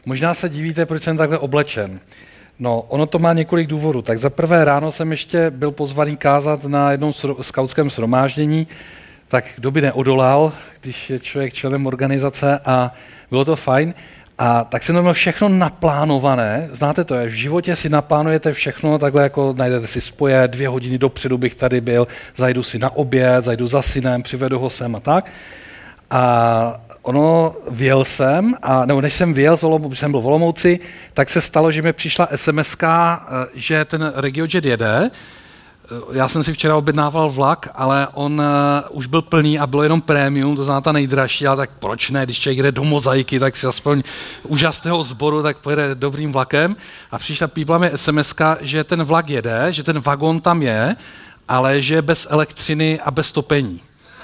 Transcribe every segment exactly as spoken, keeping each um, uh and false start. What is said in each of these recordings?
Možná se divíte, proč jsem takhle oblečen. No, ono to má několik důvodů. Tak za prvé ráno jsem ještě byl pozvaný kázat na jednom skautském shromáždění, tak kdo by neodolal, když je člověk členem organizace, a bylo to fajn. A tak jsem to měl všechno naplánované. Znáte to, v životě si naplánujete všechno, takhle jako najdete si spoje, dvě hodiny dopředu bych tady byl, zajdu si na oběd, zajdu za synem, přivedu ho sem a tak. A ono, vyjel jsem, a, nebo než jsem vyjel, když jsem byl v Olomouci, tak se stalo, že mi přišla es em eska, že ten RegioJet jede. Já jsem si včera objednával vlak, ale on uh, už byl plný a bylo jenom prémium, to znamená ta nejdražší, ale tak proč ne, když člověk jde do Mozaiky, tak si aspoň úžasného sboru, tak pojede dobrým vlakem. A přišla pípla mi es em eska, že ten vlak jede, že ten vagon tam je, ale že je bez elektřiny a bez topení.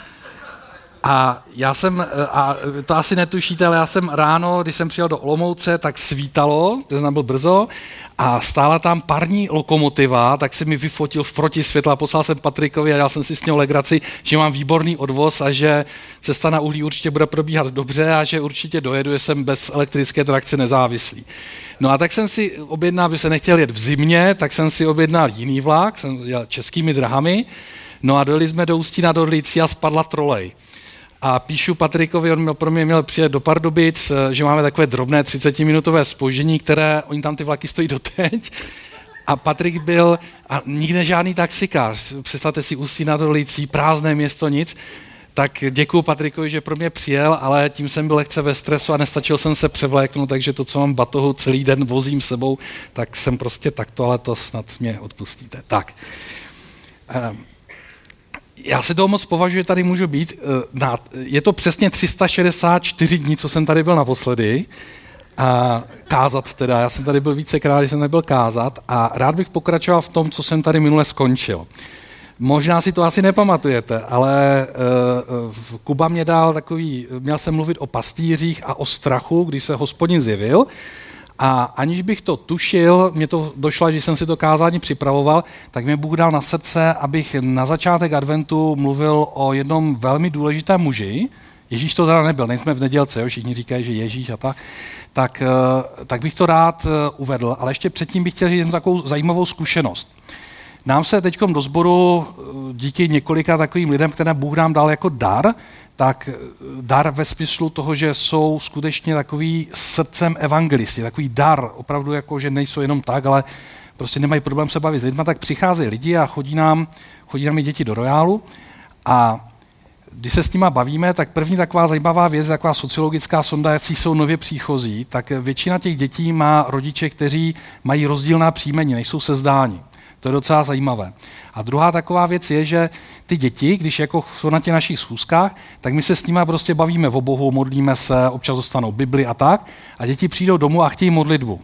A já jsem, a to asi netušíte, ale já jsem ráno, když jsem přijel do Olomouce, tak svítalo, to znamená byl brzo, a stála tam parní lokomotiva, tak si mi vyfotil v protisvětle a poslal jsem Patrikovi a já jsem si s něho legraci, že mám výborný odvoz a že cesta na uhlí určitě bude probíhat dobře a že určitě dojedu, že jsem bez elektrické trakce nezávislý. No a tak jsem si objednal, aby se nechtěl jet v zimě, tak jsem si objednal jiný vlak, jsem jel českými drahami, no a dojeli jsme do Ústí nad Orlicí a spadla trolej. A píšu Patrikovi, on pro mě měl přijet do Pardubic, že máme takové drobné třicetiminutové zpoždění, které, oni tam ty vlaky stojí doteď. A Patrik byl, a nikde žádný taxikář, představte si Ústí nad Orlicí, prázdné město, nic. Tak děkuju Patrikovi, že pro mě přijel, ale tím jsem byl lehce ve stresu a nestačil jsem se převléknout, takže to, co mám batohu celý den vozím sebou, tak jsem prostě takto, ale to snad mě odpustíte. Tak. Um. Já si toho moc považuji, že tady můžu být. Je to přesně tři sta šedesát čtyři dní, co jsem tady byl naposledy. A kázat teda, já jsem tady byl vícekrát, když jsem tady byl kázat a rád bych pokračoval v tom, co jsem tady minule skončil. Možná si to asi nepamatujete, ale uh, Kuba mě dal takový, měl jsem mluvit o pastýřích a o strachu, když se Hospodin zjevil. A aniž bych to tušil, mě to došlo, že jsem si to kázání připravoval, tak mě Bůh dal na srdce, abych na začátek adventu mluvil o jednom velmi důležitém muži. Ježíš to teda nebyl, nejsme v nedělce, jo, všichni říkají, že Ježíš a tak. Tak, tak bych to rád uvedl, ale ještě předtím bych chtěl říct jednu takovou zajímavou zkušenost. Nám se teďkom do sboru díky několika takovým lidem, které Bůh nám dal jako dar, tak dar ve smyslu toho, že jsou skutečně takový srdcem evangelisti, takový dar, opravdu jako, že nejsou jenom tak, ale prostě nemají problém se bavit s lidma, tak přicházejí lidi a chodí nám, chodí nám i děti do Royálu a když se s nima bavíme, tak první taková zajímavá věc, taková sociologická sonda, jaký jsou nově příchozí, tak většina těch dětí má rodiče, kteří mají rozdílná příjmení, nejsou sezdáni. To je docela zajímavé. A druhá taková věc je, že ty děti, když jako jsou na těch našich schůzkách, tak my se s nimi prostě bavíme o Bohu, modlíme se, občas dostanou Bibli a tak, a děti přijdou domů a chtějí modlitbu.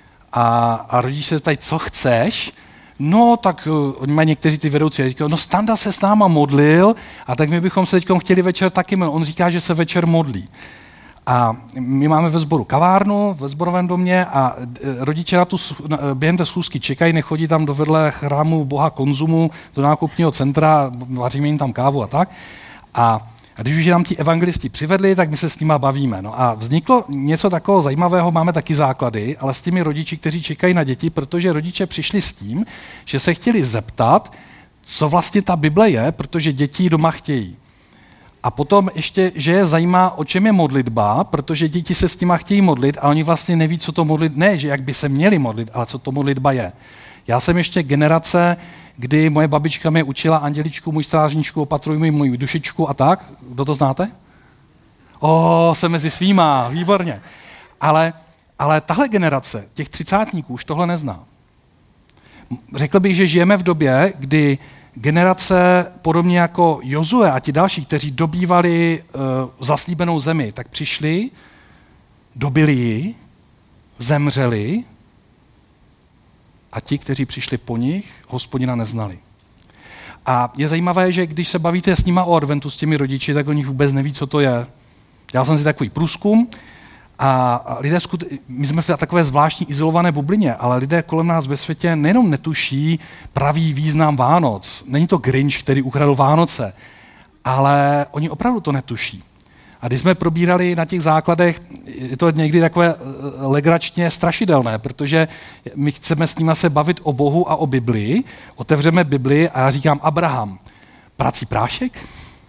A, a rodiče se ptají, co chceš? No, tak uh, oni mají někteří ty vedoucí, a říkají, no Standa se s náma modlil, a tak my bychom se teď chtěli večer taky, on říká, že se večer modlí. A my máme ve sboru kavárnu, ve sborovém domě a rodiče na tu, během té schůzky čekají, nechodí tam do vedle chrámu Boha Konzumu, do nákupního centra, vaříme jim tam kávu a tak. A, a když už je nám ti evangelisti přivedli, tak my se s nima bavíme. No a vzniklo něco takového zajímavého, máme taky základy, ale s těmi rodiči, kteří čekají na děti, protože rodiče přišli s tím, že se chtěli zeptat, co vlastně ta Bible je, protože děti doma chtějí. A potom ještě, že je zajímá, o čem je modlitba, protože děti se s nima chtějí modlit a oni vlastně neví, co to modlit, ne, že jak by se měli modlit, ale co to modlitba je. Já jsem ještě generace, kdy moje babička mě učila Anděličku, můj strážničku, opatruj mi můj dušičku a tak. Kdo to znáte? O, jsem mezi svýma, výborně. Ale, ale tahle generace, těch třicátníků, už tohle nezná. Řekl bych, že žijeme v době, kdy generace podobně jako Jozue a ti další, kteří dobývali uh, zaslíbenou zemi, tak přišli, dobili ji, zemřeli a ti, kteří přišli po nich, Hospodina neznali. A je zajímavé, že když se bavíte s nima o adventu, s těmi rodiči, tak oni vůbec neví, co to je. Já jsem si takový průzkum a lidé, my jsme v takové zvláštní izolované bublině, ale lidé kolem nás ve světě nejenom netuší pravý význam Vánoc. Není to Grinch, který ukradl Vánoce, ale oni opravdu to netuší. A když jsme probírali na těch základech, je to někdy takové legračně strašidelné, protože my chceme s nimi se bavit o Bohu a o Biblii, otevřeme Biblii a já říkám Abraham, prací prášek?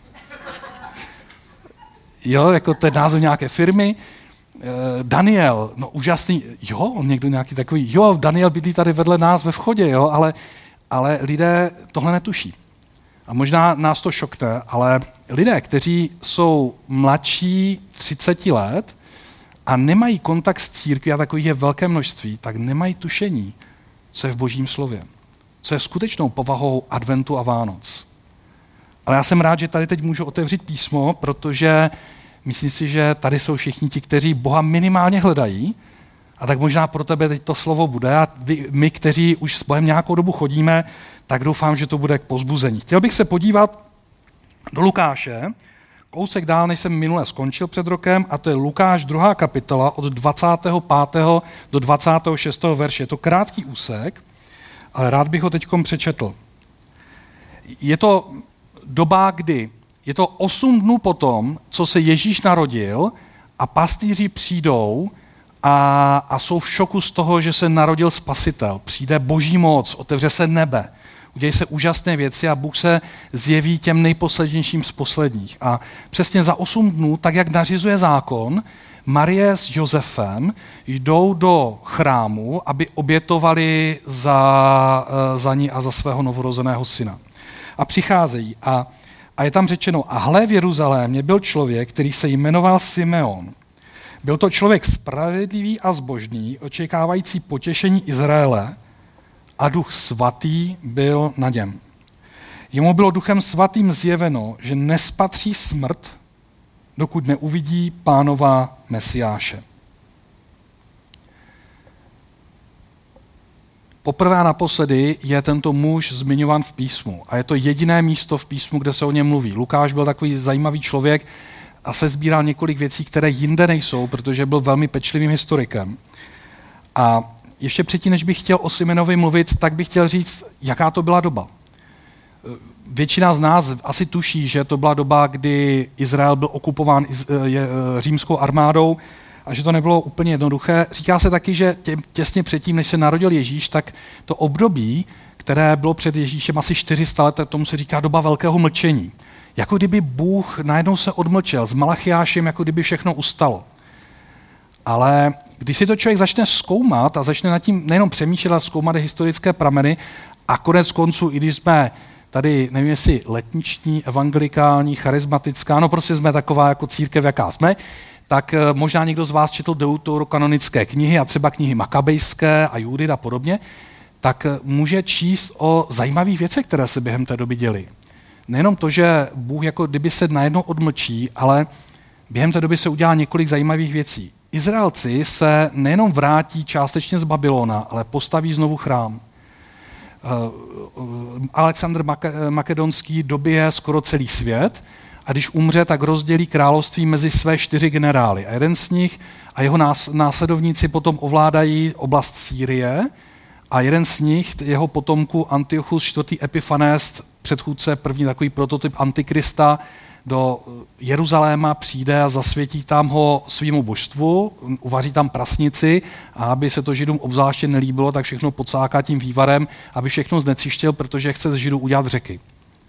Jo, jako to je název nějaké firmy. Daniel, no úžasný, jo, on někdo nějaký takový, jo, Daniel bydlí tady vedle nás ve vchodě, jo, ale, ale lidé tohle netuší. A možná nás to šokne, ale lidé, kteří jsou mladší třicet let a nemají kontakt s církví, a takových je velké množství, tak nemají tušení, co je v Božím slově. Co je skutečnou povahou adventu a Vánoc. Ale já jsem rád, že tady teď můžu otevřít písmo, protože myslím si, že tady jsou všichni ti, kteří Boha minimálně hledají, a tak možná pro tebe teď to slovo bude. A vy, my, kteří už s Bohem nějakou dobu chodíme, tak doufám, že to bude k povzbuzení. Chtěl bych se podívat do Lukáše, kousek dál, než jsem minule skončil před rokem, a to je Lukáš druhá kapitola od dvacátého pátého do dvacátého šestého verše. Je to krátký úsek, ale rád bych ho teďkom přečetl. Je to doba, kdy je to osm dnů potom, co se Ježíš narodil a pastýři přijdou a, a jsou v šoku z toho, že se narodil Spasitel. Přijde Boží moc, otevře se nebe, udějí se úžasné věci a Bůh se zjeví těm nejposlednějším z posledních. A přesně za osm dnů, tak jak nařizuje zákon, Marie s Josefem jdou do chrámu, aby obětovali za, za ní a za svého novorozeného syna. A přicházejí a, a je tam řečeno, a hle v Jeruzalémě byl člověk, který se jmenoval Simeon. Byl to člověk spravedlivý a zbožný, očekávající potěšení Izraele, a duch svatý byl na něm. Jemu bylo duchem svatým zjeveno, že nespatří smrt, dokud neuvidí Pánova Mesiáše. Poprvé a naposledy je tento muž zmiňován v písmu a je to jediné místo v písmu, kde se o něm mluví. Lukáš byl takový zajímavý člověk a se sbíral několik věcí, které jinde nejsou, protože byl velmi pečlivým historikem. A ještě předtím, než bych chtěl o Simeonovi mluvit, tak bych chtěl říct, jaká to byla doba. Většina z nás asi tuší, že to byla doba, kdy Izrael byl okupován římskou armádou a že to nebylo úplně jednoduché. Říká se taky, že tě, těsně předtím, než se narodil Ježíš, tak to období, které bylo před Ježíšem asi čtyři sta let, tomu se říká doba velkého mlčení. Jako kdyby Bůh najednou se odmlčel s Malachiášem, jako kdyby všechno ustalo. Ale když si to člověk začne zkoumat a začne nad tím nejenom přemýšlet, ale zkoumat historické prameny a konec konců, i když jsme tady, nevím jestli letniční, evangelikální, charismatická, no prostě jsme taková jako církev, jaká jsme, tak možná někdo z vás četl deuterokanonické knihy a třeba knihy Makabejské a Judit a podobně, tak může číst o zajímavých věcech, které se během té doby děly. Nejenom to, že Bůh jako kdyby se najednou odmlčí, ale během té doby se udělá několik zajímavých věcí. Izraelci se nejenom vrátí částečně z Babylona, ale postaví znovu chrám. Alexandr Makedonský dobije skoro celý svět a když umře, tak rozdělí království mezi své čtyři generály. A jeden z nich a jeho následovníci potom ovládají oblast Sýrie a jeden z nich, jeho potomku Antiochus čtvrtý. Epifanes, předchůdce, první takový prototyp Antikrista, do Jeruzaléma přijde a zasvětí tam ho svýmu božstvu, uvaří tam prasnici a aby se to Židům obzvláště nelíbilo, tak všechno podsáká tím vývarem, aby všechno znečištěl, protože chce z Židů udělat řeky.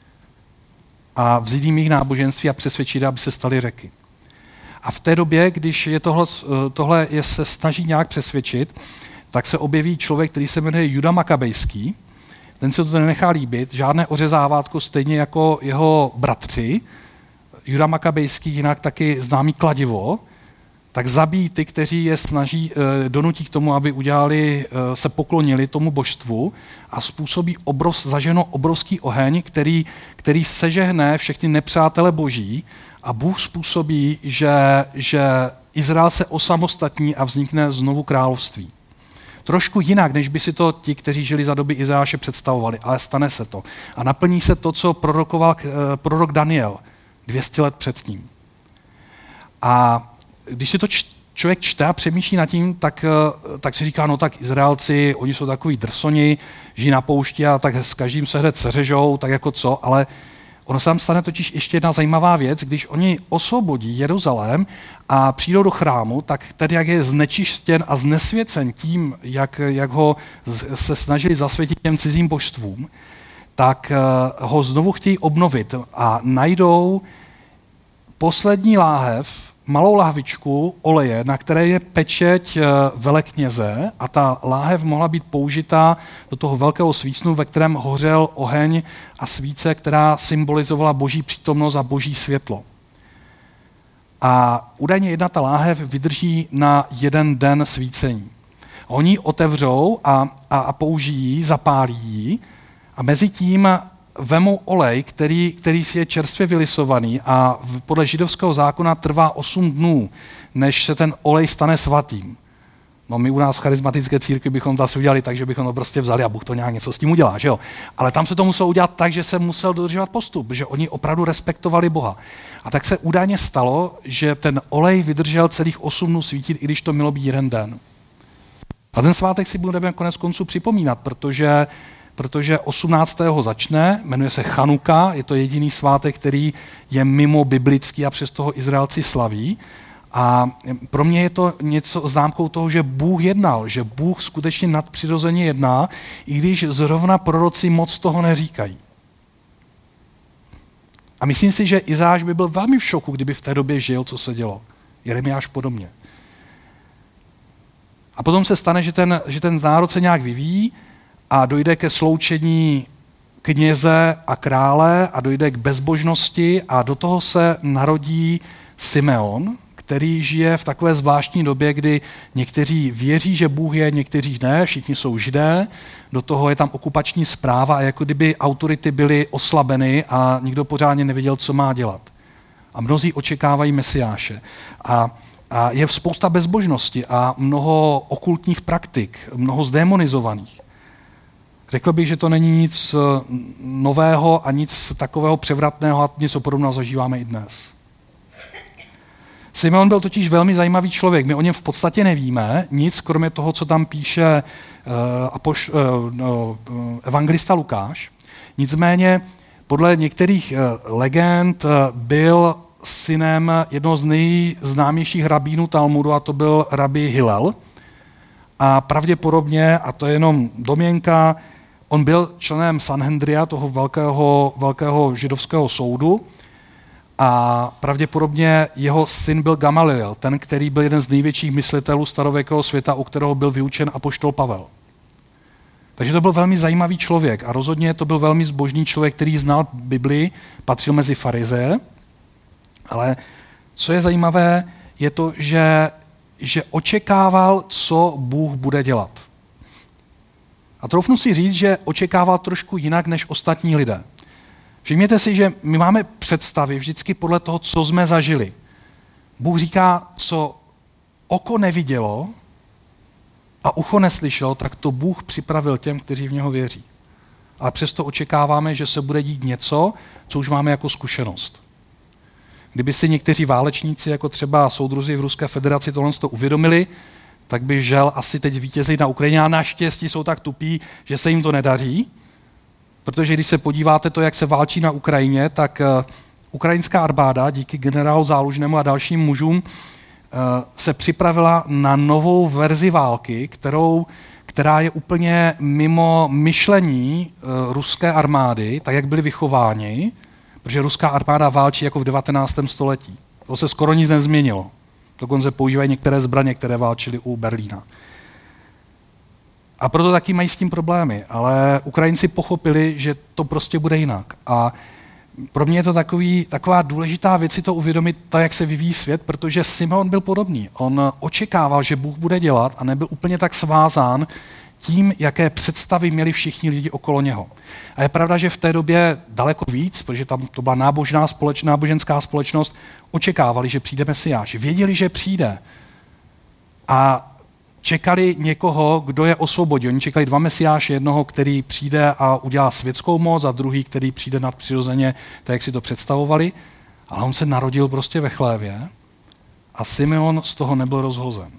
A vzít jim jejich náboženství a přesvědčit, aby se staly řeky. A v té době, když je tohle, tohle je se snaží nějak přesvědčit, tak se objeví člověk, který se jmenuje Juda Makabejský. Ten se to nenechá líbit, žádné ořezávátko, stejně jako jeho bratři, Juda Makabejský, jinak taky známý kladivo, tak zabíjí ty, kteří je snaží, donutí k tomu, aby udělali, se poklonili tomu božstvu a způsobí obrov, zaženo obrovský oheň, který, který sežehne všechny nepřátele boží a Bůh způsobí, že, že Izrael se osamostatní a vznikne znovu království. Trošku jinak, než by si to ti, kteří žili za doby Izáše, představovali, ale stane se to. A naplní se to, co prorokoval prorok Daniel dvě stě let předtím. A když si to č- člověk čte a přemýšlí nad tím, tak, tak si říká, no tak Izraelci, oni jsou takový drsoni, žijí na poušti a tak s každým se hned seřežou, tak jako co, ale Ono se tam stane totiž ještě jedna zajímavá věc, když oni osvobodí Jeruzalém a přijdou do chrámu, tak tedy jak je znečištěn a znesvěcen tím, jak, jak ho se snažili zasvětit těm cizím božstvům, tak ho znovu chtějí obnovit a najdou poslední láhev, malou lahvičku oleje, na které je pečeť velekněze a ta láhev mohla být použitá do toho velkého svícnu, ve kterém hořel oheň a svíce, která symbolizovala boží přítomnost a boží světlo. A údajně jedna ta láhev vydrží na jeden den svícení. A oni ji otevřou a, a, a použijí ji, zapálí ji a mezi tím vemou olej, který, který si je čerstvě vylisovaný a podle židovského zákona trvá osm dnů, než se ten olej stane svatým. No my u nás v charismatické církvi bychom to asi udělali tak, že bychom to prostě vzali a Bůh to nějak něco s tím udělá, že jo? Ale tam se to muselo udělat tak, že se musel dodržovat postup, že oni opravdu respektovali Boha. A tak se údajně stalo, že ten olej vydržel celých osm dnů svítit, i když to mělo být jeden den. A ten svátek si budeme konec konců připomínat, protože protože osmnáctého začne, jmenuje se Chanuka, je to jediný svátek, který je mimo biblický a přesto ho Izraelci slaví. A pro mě je to něco známkou toho, že Bůh jednal, že Bůh skutečně nadpřirozeně jedná, i když zrovna proroci moc toho neříkají. A myslím si, že Izáš by byl velmi v šoku, kdyby v té době žil, co se dělo. Jeremiáš podobně. A potom se stane, že ten, že ten národ se nějak vyvíjí, a dojde ke sloučení kněze a krále a dojde k bezbožnosti a do toho se narodí Simeon, který žije v takové zvláštní době, kdy někteří věří, že Bůh je, někteří ne, všichni jsou Židé, do toho je tam okupační správa a jako kdyby autority byly oslabeny a nikdo pořádně nevěděl, co má dělat. A mnozí očekávají Mesiáše. A A je spousta bezbožnosti a mnoho okultních praktik, mnoho zdémonizovaných. Řekl bych, že to není nic nového a nic takového převratného a něco podobného zažíváme i dnes. Simeon byl totiž velmi zajímavý člověk. My o něm v podstatě nevíme nic, kromě toho, co tam píše uh, apoš, uh, no, evangelista Lukáš. Nicméně podle některých uh, legend uh, byl synem jednoho z nejznámějších rabínů Talmudu a to byl rabí Hillel. A pravděpodobně, a to je jenom domněnka, on byl členem Sanhedria, toho velkého, velkého židovského soudu a pravděpodobně jeho syn byl Gamaliel, ten, který byl jeden z největších myslitelů starověkého světa, u kterého byl vyučen apoštol Pavel. Takže to byl velmi zajímavý člověk a rozhodně to byl velmi zbožný člověk, který znal Biblii, patřil mezi farizeje, ale co je zajímavé, je to, že, že očekával, co Bůh bude dělat. A troufnu si říct, že očekával trošku jinak než ostatní lidé. Všimněte si, že my máme představy vždycky podle toho, co jsme zažili. Bůh říká, co oko nevidělo a ucho neslyšelo, tak to Bůh připravil těm, kteří v něho věří. Ale přesto očekáváme, že se bude dít něco, co už máme jako zkušenost. Kdyby si někteří válečníci, jako třeba soudruzi v Ruské federaci, tohle to uvědomili, tak by žel asi teď vítězili na Ukrajině a naštěstí jsou tak tupí, že se jim to nedaří. Protože když se podíváte to, jak se válčí na Ukrajině, tak uh, ukrajinská armáda díky generálu Zálužnému a dalším mužům uh, se připravila na novou verzi války, kterou, která je úplně mimo myšlení uh, ruské armády, tak jak byli vychováni, protože ruská armáda válčí jako v devatenáctém století. To se skoro nic nezměnilo. Dokonce používají některé zbraně, které válčily u Berlína. A proto taky mají s tím problémy. Ale Ukrajinci pochopili, že to prostě bude jinak. A pro mě je to takový, taková důležitá věc si to uvědomit, tak jak se vyvíjí svět, protože Simeon byl podobný. On očekával, že Bůh bude dělat a nebyl úplně tak svázán tím, jaké představy měli všichni lidi okolo něho. A je pravda, že v té době daleko víc, protože tam to byla nábožná společ, náboženská společnost, očekávali, že přijde Mesiáš. Věděli, že přijde. A čekali někoho, kdo je osvobodí. Oni čekali dva Mesiáše, jednoho, který přijde a udělá světskou moc a druhý, který přijde nadpřirozeně, tak jak si to představovali. Ale on se narodil prostě ve chlévě a Simeon z toho nebyl rozhozen.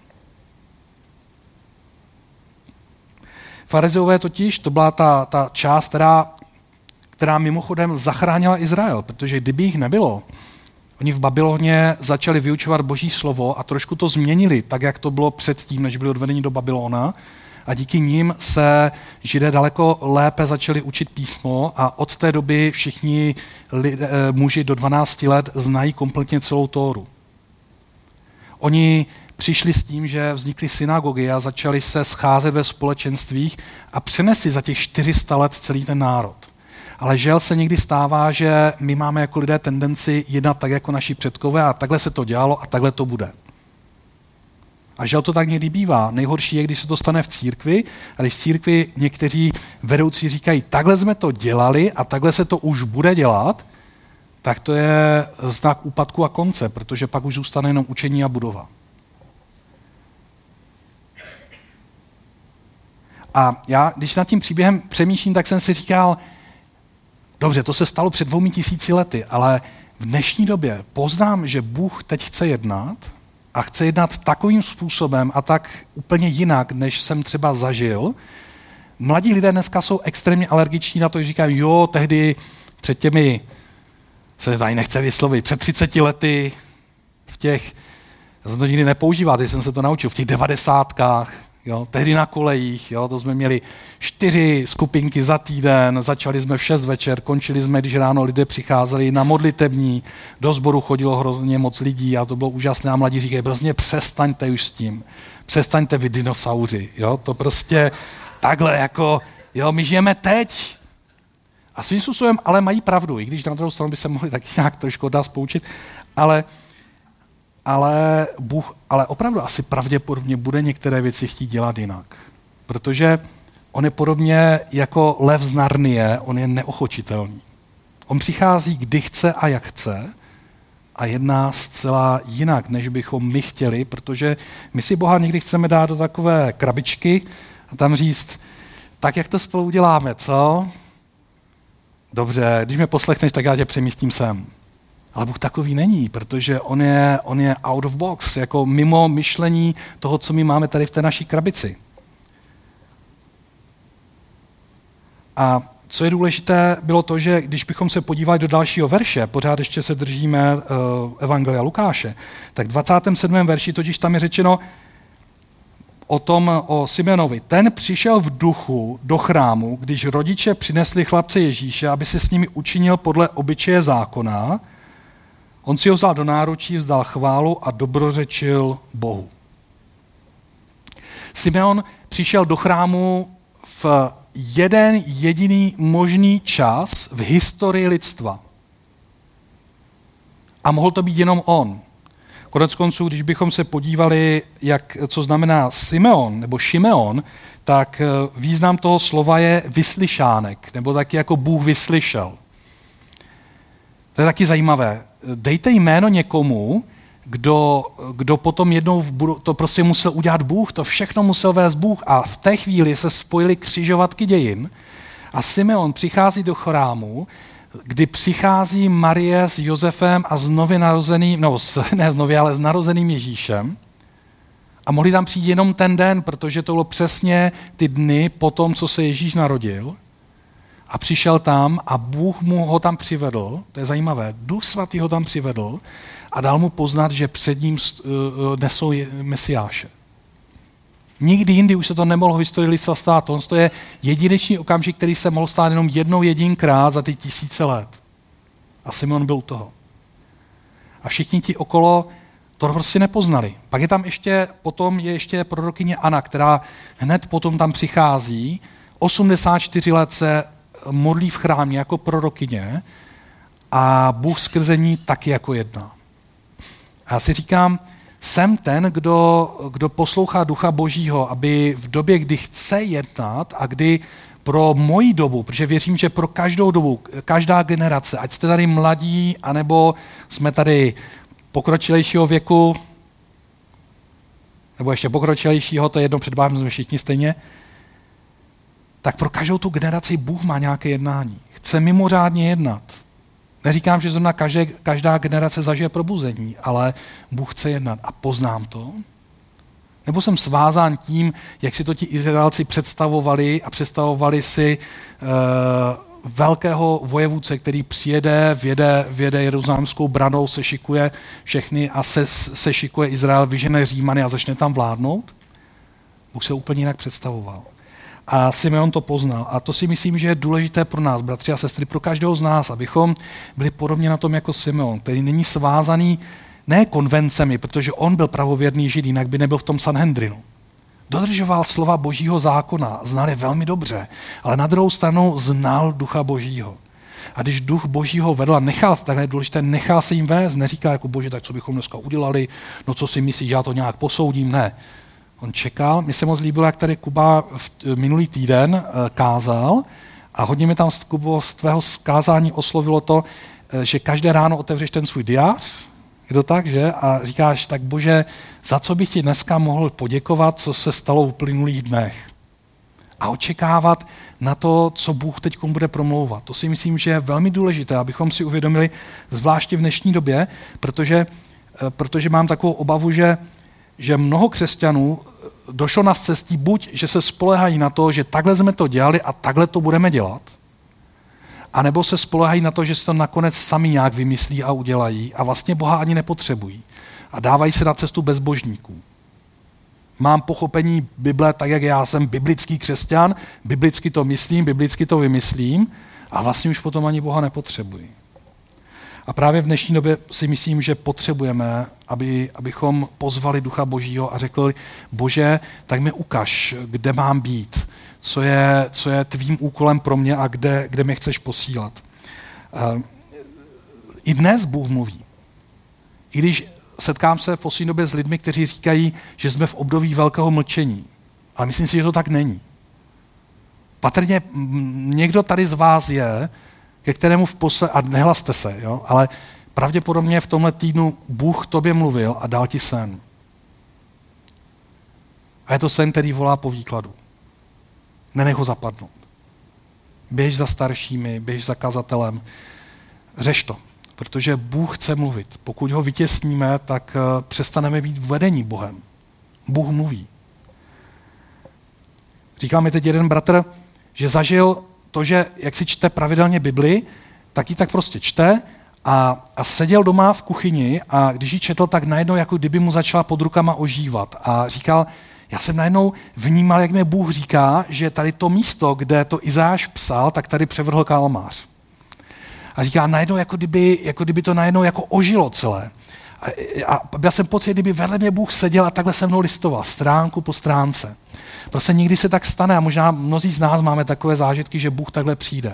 Farizeové totiž, to byla ta, ta část, která, která mimochodem zachránila Izrael, protože kdyby jich nebylo, oni v Babyloně začali vyučovat Boží slovo a trošku to změnili, tak jak to bylo předtím, než byli odvedeni do Babylona. A díky nim se Židé daleko lépe začali učit písmo a od té doby všichni lidé, muži do dvanácti let znají kompletně celou Tóru. Oni přišli s tím, že vznikly synagogy a začali se scházet ve společenstvích a přenesli za těch čtyři sta let celý ten národ. Ale žel se někdy stává, že my máme jako lidé tendenci jednat tak jako naši předkové a takhle se to dělalo a takhle to bude. A žel to tak někdy bývá. Nejhorší je, když se to stane v církvi a když v církvi někteří vedoucí říkají, takhle jsme to dělali a takhle se to už bude dělat, tak to je znak úpadku a konce, protože pak už zůstane jenom učení a budova. A já, když nad tím příběhem přemýšlím, tak jsem si říkal, dobře, to se stalo před dvoumi tisíci lety, ale v dnešní době poznám, že Bůh teď chce jednat a chce jednat takovým způsobem a tak úplně jinak, než jsem třeba zažil. Mladí lidé dneska jsou extrémně alergiční na to, že říkají, jo, tehdy před těmi, se tady nechce vyslovit, před třiceti lety v těch, já jsem to nikdy nepoužíval, teď jsem se to naučil, v těch devadesátkách, jo, tehdy na kolejích, jo, to jsme měli čtyři skupinky za týden, začali jsme v šest večer, končili jsme, když ráno lidé přicházeli na modlitební, do sboru chodilo hrozně moc lidí a to bylo úžasné a mladí říkají, prostě přestaňte už s tím, přestaňte vy dinosauři, jo, to prostě takhle jako, jo, my žijeme teď. A svým způsobem ale mají pravdu, i když na druhou stranu by se mohli taky nějak trošku od nás poučit, ale Ale Bůh, ale opravdu asi pravděpodobně bude některé věci chtít dělat jinak. Protože on je podobně jako lev z Narnie, on je neochočitelný. On přichází, kdy chce a jak chce a jedná zcela jinak, než bychom my chtěli, protože my si Boha někdy chceme dát do takové krabičky a tam říct, tak jak to spolu uděláme, co? Dobře, když mě poslechneš, tak já tě přemístím sem. Ale Bůh takový není, protože on je, on je out of box, jako mimo myšlení toho, co my máme tady v té naší krabici. A co je důležité, bylo to, že když bychom se podívali do dalšího verše, pořád ještě se držíme uh, Evangelia Lukáše, tak v dvacátém sedmém verši totiž tam je řečeno o tom, o Simeonovi. Ten přišel v duchu do chrámu, když rodiče přinesli chlapce Ježíše, aby se s nimi učinil podle obyčeje zákona. On si ho vzal do náručí, vzdal chválu a dobrořečil Bohu. Simeon přišel do chrámu v jeden jediný možný čas v historii lidstva. A mohl to být jenom on. Konec konců, když bychom se podívali, jak, co znamená Simeon nebo Šimeon, tak význam toho slova je vyslyšánek, nebo taky jako Bůh vyslyšel. To je taky zajímavé. Dejte jméno někomu, kdo, kdo potom jednou v budu- to prostě musel udělat Bůh, to všechno musel vést Bůh a v té chvíli se spojily křižovatky dějin a Simeon přichází do chrámu, kdy přichází Marie s Josefem a s nově narozeným, no ne s nově, ale s narozeným Ježíšem a mohli tam přijít jenom ten den, protože to bylo přesně ty dny po tom, co se Ježíš narodil. A přišel tam a Bůh mu ho tam přivedl, to je zajímavé, Duch Svatý ho tam přivedl a dal mu poznat, že před ním nesou Mesiáše. Nikdy jindy už se to nemohlo v historii lidstva stát. To je jedinečný okamžik, který se mohl stát jenom jednou jedinkrát za ty tisíce let. A Simeon byl u toho. A všichni ti okolo to prostě nepoznali. Pak je tam ještě, potom je ještě prorokyně Anna, která hned potom tam přichází, osmdesát čtyři let se modlí v chrámě jako prorokyně a Bůh skrze ní taky jako jedná. A já si říkám, jsem ten, kdo, kdo poslouchá Ducha Božího, aby v době, kdy chce jednat a kdy pro moji dobu, protože věřím, že pro každou dobu, každá generace, ať jste tady mladí, anebo jsme tady pokročilejšího věku, nebo ještě pokročilejšího, to je jedno, před vámi jsme všichni stejně, tak pro každou tu generaci Bůh má nějaké jednání. Chce mimořádně jednat. Neříkám, že zrovna každé, každá generace zažije probuzení, ale Bůh chce jednat. A poznám to? Nebo jsem svázán tím, jak si to ti Izraelci představovali a představovali si uh, velkého vojevůdce, který přijede, vjede, vjede jeruzalémskou branou, sešikuje všechny a se, sešikuje Izrael, vyžene Římany a začne tam vládnout? Bůh se úplně jinak představoval. A Simeon to poznal. A to si myslím, že je důležité pro nás, bratři a sestry, pro každého z nás, abychom byli podobně na tom jako Simeon, který není svázaný ne konvencemi, protože on byl pravověrný Žid, jinak by nebyl v tom Sanhedrinu. Dodržoval slova Božího zákona, znal je velmi dobře, ale na druhou stranu znal ducha Božího. A když duch Božího vedl a nechal, takhle je důležité, nechal se jim vést, neříká jako Bože, tak co bychom dneska udělali, no co si myslíš, já to nějak posoudím, ne. On čekal, mně se moc líbilo, jak tady Kuba v minulý týden kázal a hodně mi tam z Kubo z tvého kázání oslovilo to, že každé ráno otevřeš ten svůj diář, je to tak, že? A říkáš, tak Bože, za co bych ti dneska mohl poděkovat, co se stalo v uplynulých dnech? A očekávat na to, co Bůh teď bude promlouvat. To si myslím, že je velmi důležité, abychom si uvědomili, zvláště v dnešní době, protože, protože mám takovou obavu, že, že mnoho křesťanů došlo na cestí buď, že se spoléhají na to, že takhle jsme to dělali a takhle to budeme dělat, a nebo se spoléhají na to, že si to nakonec sami nějak vymyslí a udělají a vlastně Boha ani nepotřebují. A dávají se na cestu bezbožníků. Mám pochopení Bible tak, jak já jsem biblický křesťan, biblicky to myslím, biblicky to vymyslím a vlastně už potom ani Boha nepotřebuji. A právě v dnešní době si myslím, že potřebujeme, aby, abychom pozvali Ducha Božího a řekli, Bože, tak mi ukaž, kde mám být, co je, co je tvým úkolem pro mě a kde, kde mě chceš posílat. I dnes Bůh mluví. I když setkám se v poslední době s lidmi, kteří říkají, že jsme v období velkého mlčení. Ale myslím si, že to tak není. Patrně někdo tady z vás je, ke kterému v posle, a nehlaste se, jo, ale pravděpodobně v tomhle týdnu Bůh tobě mluvil a dal ti sen. A je to sen, který volá po výkladu. Nenech ho zapadnout. Běž za staršími, běž za kazatelem. Řeš to, protože Bůh chce mluvit. Pokud ho vytěsníme, tak přestaneme být vedení Bohem. Bůh mluví. Říkal mi teď jeden bratr, že zažil to, že jak si čte pravidelně Bibli, tak ji tak prostě čte a, a seděl doma v kuchyni a když ji četl, tak najednou jako kdyby mu začala pod rukama ožívat. A říkal, já jsem najednou vnímal, jak mi Bůh říká, že tady to místo, kde to Izáš psal, tak tady převrhl kalendář. A říká, najednou jako kdyby, jako kdyby to najednou jako ožilo celé. A, a byl jsem pocit, kdyby vedle mě Bůh seděl a takhle se mnou listoval, stránku po stránce. Prostě někdy se tak stane a možná mnozí z nás máme takové zážitky, že Bůh takhle přijde.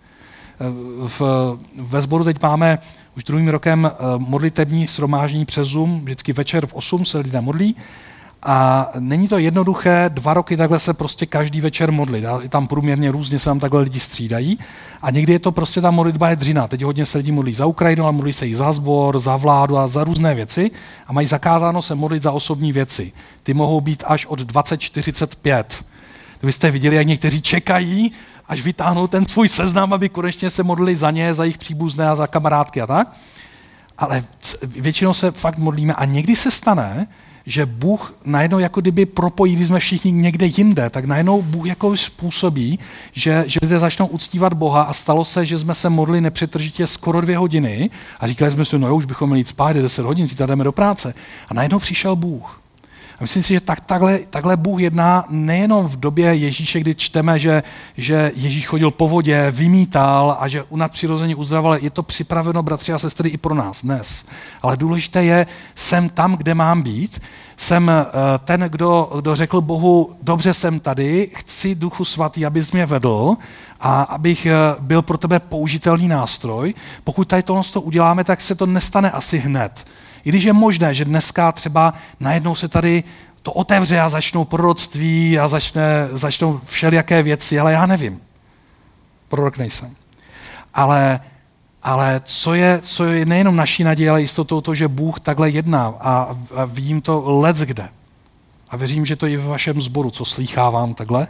V, ve sboru teď máme už druhým rokem modlitební shromáždění přes Zoom, vždycky večer v osm se lidé modlí a není to jednoduché, dva roky takhle se prostě každý večer modlit. A tam průměrně různě se tam takhle lidi střídají a někdy je to prostě ta modlitba je dřina. Teď hodně se lidi modlí za Ukrajinu, ale modlí se i za sbor, za vládu a za různé věci a mají zakázáno se modlit za osobní věci. Ty mohou být až od dvacet čtyřicet pět. Vy jste viděli, jak někteří čekají, až vytáhnou ten svůj seznam, aby konečně se modlili za ně, za jejich příbuzné a za kamarádky a tak. Ale většinou se fakt modlíme a někdy se stane, že Bůh najednou jako kdyby propojí, když jsme všichni někde jinde, tak najednou Bůh jako způsobí, že, že lidé začnou uctívat Boha a stalo se, že jsme se modlili nepřetržitě skoro dvě hodiny a říkali jsme si, no jo, už bychom měli jít spát, deset hodin, zítra jdeme do práce. A najednou přišel Bůh. A myslím si, že tak, takhle, takhle Bůh jedná nejenom v době Ježíše, kdy čteme, že, že Ježíš chodil po vodě, vymítal a že nadpřirozeně uzdravoval. Je to připraveno, bratři a sestry, i pro nás dnes. Ale důležité je, jsem tam, kde mám být. Jsem ten, kdo, kdo řekl Bohu, dobře jsem tady, chci Duchu Svatý, abys mě vedl a abych byl pro tebe použitelný nástroj. Pokud tady tohle uděláme, tak se to nestane asi hned. I když je možné, že dneska třeba najednou se tady to otevře a začnou proroctví a začne, začnou všelijaké věci, ale já nevím. Prorok nejsem. Ale, ale co, je, co je nejenom naší naděje, ale jistotou to, že Bůh takhle jedná a, a vidím to leckde. A věřím, že to i ve vašem sboru, co slýchávám takhle.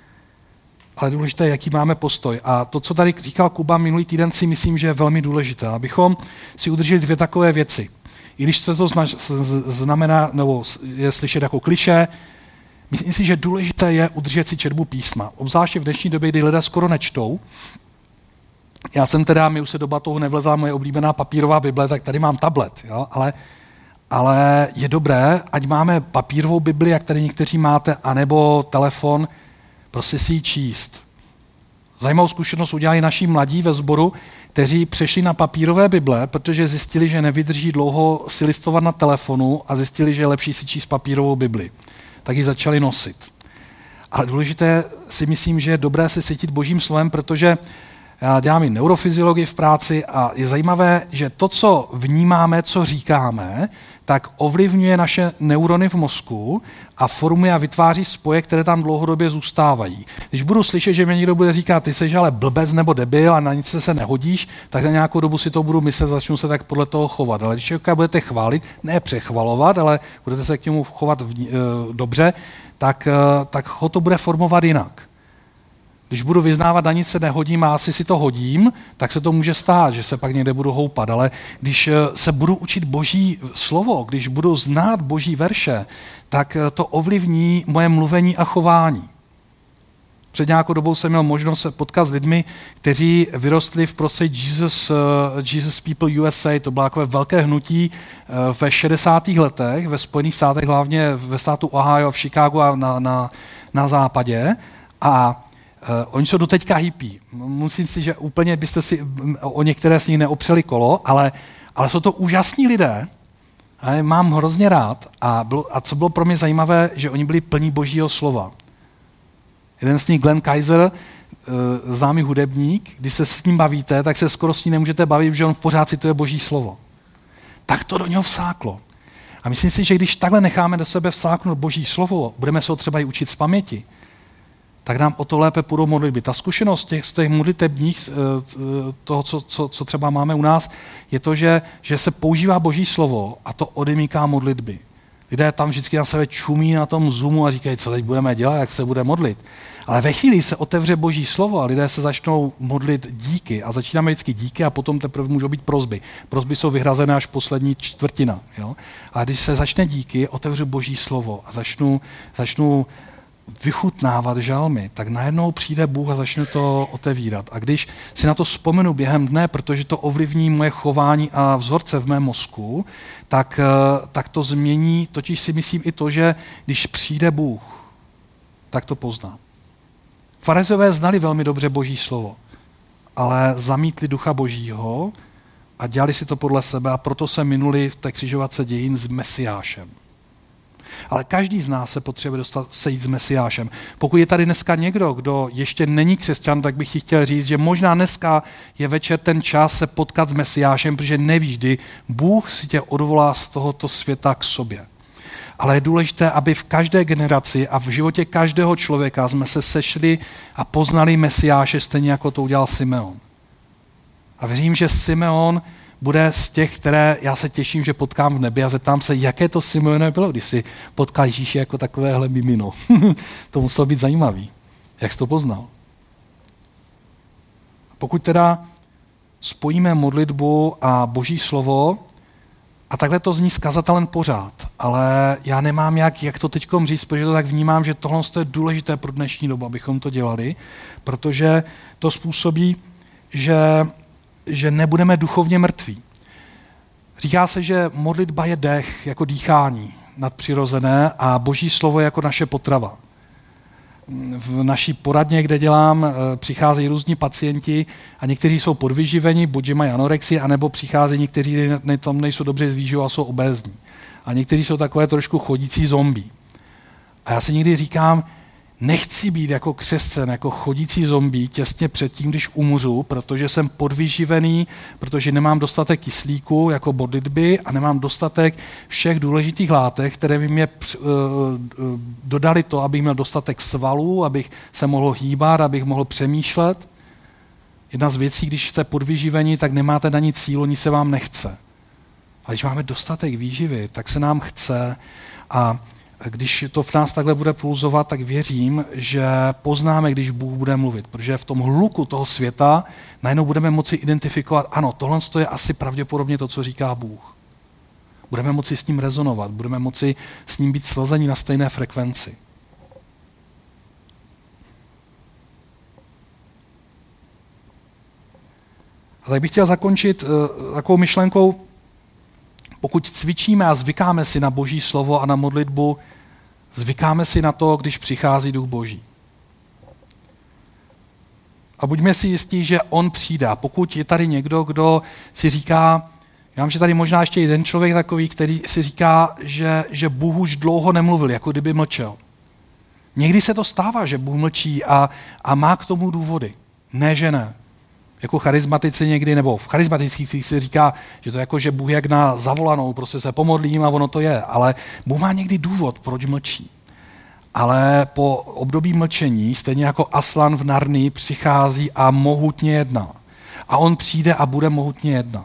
Ale důležité je, jaký máme postoj. A to, co tady říkal Kuba minulý týden, si myslím, že je velmi důležité, abychom si udrželi dvě takové věci. I když se to znamená, nebo je slyšet jako klišé, myslím si, že důležité je udržet si četbu písma. Obzvláště v dnešní době, kdy lidé skoro nečtou Já jsem teda, mi už se doba toho nevlezla moje oblíbená papírová Bible, tak tady mám tablet, jo? Ale, ale je dobré, ať máme papírovou Bibli, jak tady někteří máte, anebo telefon, prostě si ji číst. Zajímavou zkušenost udělali naši mladí ve sboru, kteří přešli na papírové Bible, protože zjistili, že nevydrží dlouho si listovat na telefonu a zjistili, že je lepší si číst papírovou Bibli. Tak ji začali nosit. Ale důležité si myslím, že je dobré se cítit Božím slovem, protože já dělám i neurofyziologii v práci a je zajímavé, že to, co vnímáme, co říkáme, tak ovlivňuje naše neurony v mozku a formuje a vytváří spoje, které tam dlouhodobě zůstávají. Když budu slyšet, že mě někdo bude říkat, ty jsi ale blbec nebo debil a na nic se nehodíš, tak za nějakou dobu si to budu myslet, začnu se tak podle toho chovat. Ale když člověka budete chválit, ne přechvalovat, ale budete se k němu chovat v, e, dobře, tak, e, tak ho to bude formovat jinak. Když budu vyznávat, na nic se nehodím a asi si to hodím, tak se to může stát, že se pak někde budu houpat. Ale když se budu učit Boží slovo, když budu znát Boží verše, tak to ovlivní moje mluvení a chování. Před nějakou dobou jsem měl možnost se potkat s lidmi, kteří vyrostli v prostředí Jesus, Jesus People U S A. To bylo takové velké hnutí ve šedesátých letech ve Spojených státech, hlavně ve státu Ohio, v Chicagu a na, na, na západě. A Uh, oni jsou doteďka hippie. Musím si, že úplně byste si o některé z nich neopřeli kolo, ale, ale jsou to úžasní lidé. A je mám hrozně rád. A, bylo, a co bylo pro mě zajímavé, že oni byli plní Božího slova. Jeden z nich, Glenn Kaiser, uh, známý hudebník, když se s ním bavíte, tak se skoro s ním nemůžete bavit, že on v pořád cituje Boží slovo. Tak to do něho vsáklo. A myslím si, že když takhle necháme do sebe vsáknout Boží slovo, budeme se ho třeba i učit z paměti, tak nám o to lépe půjdou modlitby. Ta zkušenost těch, z těch modlitebních, toho, co, co, co třeba máme u nás, je to, že, že se používá Boží slovo a to odemýká modlitby. Lidé tam vždycky na sebe čumí na tom Zoomu a říkají, co teď budeme dělat, jak se bude modlit. Ale ve chvíli se otevře Boží slovo a lidé se začnou modlit díky a začínáme vždycky díky a potom teprve můžou být prosby. Prosby jsou vyhrazené až poslední čtvrtina. Jo? A když se začne díky, otevřu Boží slovo a začnu, začnu vychutnávat žalmy, tak najednou přijde Bůh a začne to otevírat. A když si na to vzpomenu během dne, protože to ovlivní moje chování a vzorce v mém mozku, tak, tak to změní, totiž si myslím i to, že když přijde Bůh, tak to poznám. Farizeové znali velmi dobře Boží slovo, ale zamítli Ducha Božího a dělali si to podle sebe a proto se minuli v té křižovatce dějin s Mesiášem. Ale každý z nás se potřebuje dostat, sejít s Mesiášem. Pokud je tady dneska někdo, kdo ještě není křesťan, tak bych ti chtěl říct, že možná dneska je večer ten čas se potkat s Mesiášem, protože nevíš, kdy Bůh si tě odvolá z tohoto světa k sobě. Ale je důležité, aby v každé generaci a v životě každého člověka jsme se sešli a poznali Mesiáše, stejně jako to udělal Simeon. A věřím, že Simeon bude z těch, které já se těším, že potkám v nebi a zeptám se, jaké to Simeone bylo, když si potkal Ježíše jako takovéhle mimino. To muselo být zajímavý. Jak jsi to poznal? Pokud teda spojíme modlitbu a Boží slovo, a takhle to zní s kazatelem pořád, ale já nemám jak, jak to teďkom říct, protože to tak vnímám, že tohle je důležité pro dnešní dobu, abychom to dělali, protože to způsobí, že že nebudeme duchovně mrtví. Říká se, že modlitba je dech, jako dýchání nadpřirozené a Boží slovo je jako naše potrava. V naší poradně, kde dělám, přicházejí různí pacienti a někteří jsou podvyživeni, buď že mají anorexii, anebo přicházejí někteří, tam nejsou dobře zvýživou a jsou obézní. A někteří jsou takové trošku chodící zombie. A já si někdy říkám, nechci být jako křesťan, jako chodící zombie těsně předtím, když umřu, protože jsem podvyživený, protože nemám dostatek kyslíku jako modlitby a nemám dostatek všech důležitých látek, které by mě dodali to, abych měl dostatek svalů, abych se mohl hýbat, abych mohl přemýšlet. Jedna z věcí, když jste podvyživení, tak nemáte na nic sílu, nic se vám nechce. A když máme dostatek výživy, tak se nám chce a když to v nás takhle bude pulzovat, tak věřím, že poznáme, když Bůh bude mluvit, protože v tom hluku toho světa najednou budeme moci identifikovat, ano, tohle je asi pravděpodobně to, co říká Bůh. Budeme moci s ním rezonovat, budeme moci s ním být slazení na stejné frekvenci. A tak bych chtěl zakončit uh, takovou myšlenkou, pokud cvičíme a zvykáme si na Boží slovo a na modlitbu, zvykáme si na to, když přichází Duch Boží. A buďme si jistí, že on přijde. A pokud je tady někdo, kdo si říká, já vím, že tady možná ještě jeden člověk takový, který si říká, že, že Bůh už dlouho nemluvil, jako kdyby mlčel. Někdy se to stává, že Bůh mlčí a, a má k tomu důvody. Ne, že ne. Jako charizmatici někdy, nebo v charizmatických si říká, že to je jako, že Bůh jak na zavolanou, prostě se pomodlím a ono to je. Ale Bůh má někdy důvod, proč mlčí. Ale po období mlčení, stejně jako Aslan v Narnii, přichází a mohutně jedná. A on přijde a bude mohutně jednat.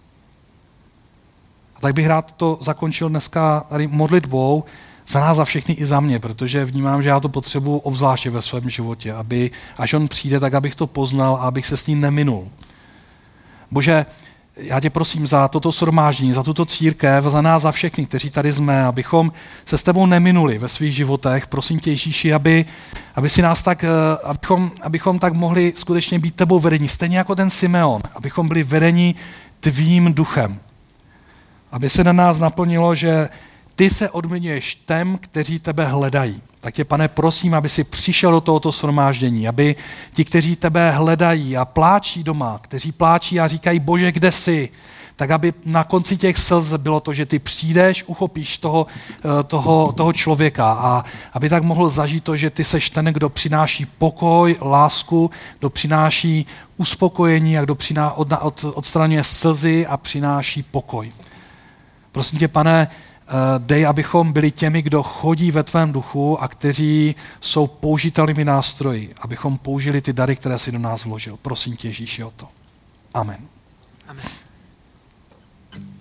A tak bych rád to zakončil dneska tady modlitbou za nás, za všechny i za mě, protože vnímám, že já to potřebuji obzvláště ve svém životě, aby až on přijde, tak abych to poznal a abych se s ním neminul. Bože, já tě prosím za toto shromáždění, za tuto církev, za nás, za všechny, kteří tady jsme, abychom se s tebou neminuli ve svých životech. Prosím tě, Ježíši, aby, aby si nás tak, abychom, abychom tak mohli skutečně být tebou vedení, stejně jako ten Simeon, abychom byli vedeni tvým duchem. Aby se na nás naplnilo, že ty se odměňuješ těm, kteří tebe hledají. Tak tě, Pane, prosím, aby si přišel do tohoto shromáždění, aby ti, kteří tebe hledají a pláčí doma, kteří pláčí a říkají, Bože, kde jsi, tak aby na konci těch slz bylo to, že ty přijdeš, uchopíš toho, toho, toho člověka a aby tak mohl zažít to, že ty seš ten, kdo přináší pokoj, lásku, kdo přináší uspokojení a kdo přiná, od, od, odstraňuje slzy a přináší pokoj. Prosím tě, Pane, dej, abychom byli těmi, kdo chodí ve tvém duchu a kteří jsou použitelnými nástroji, abychom použili ty dary, které jsi do nás vložil. Prosím tě, Ježíši, o to. Amen. Amen.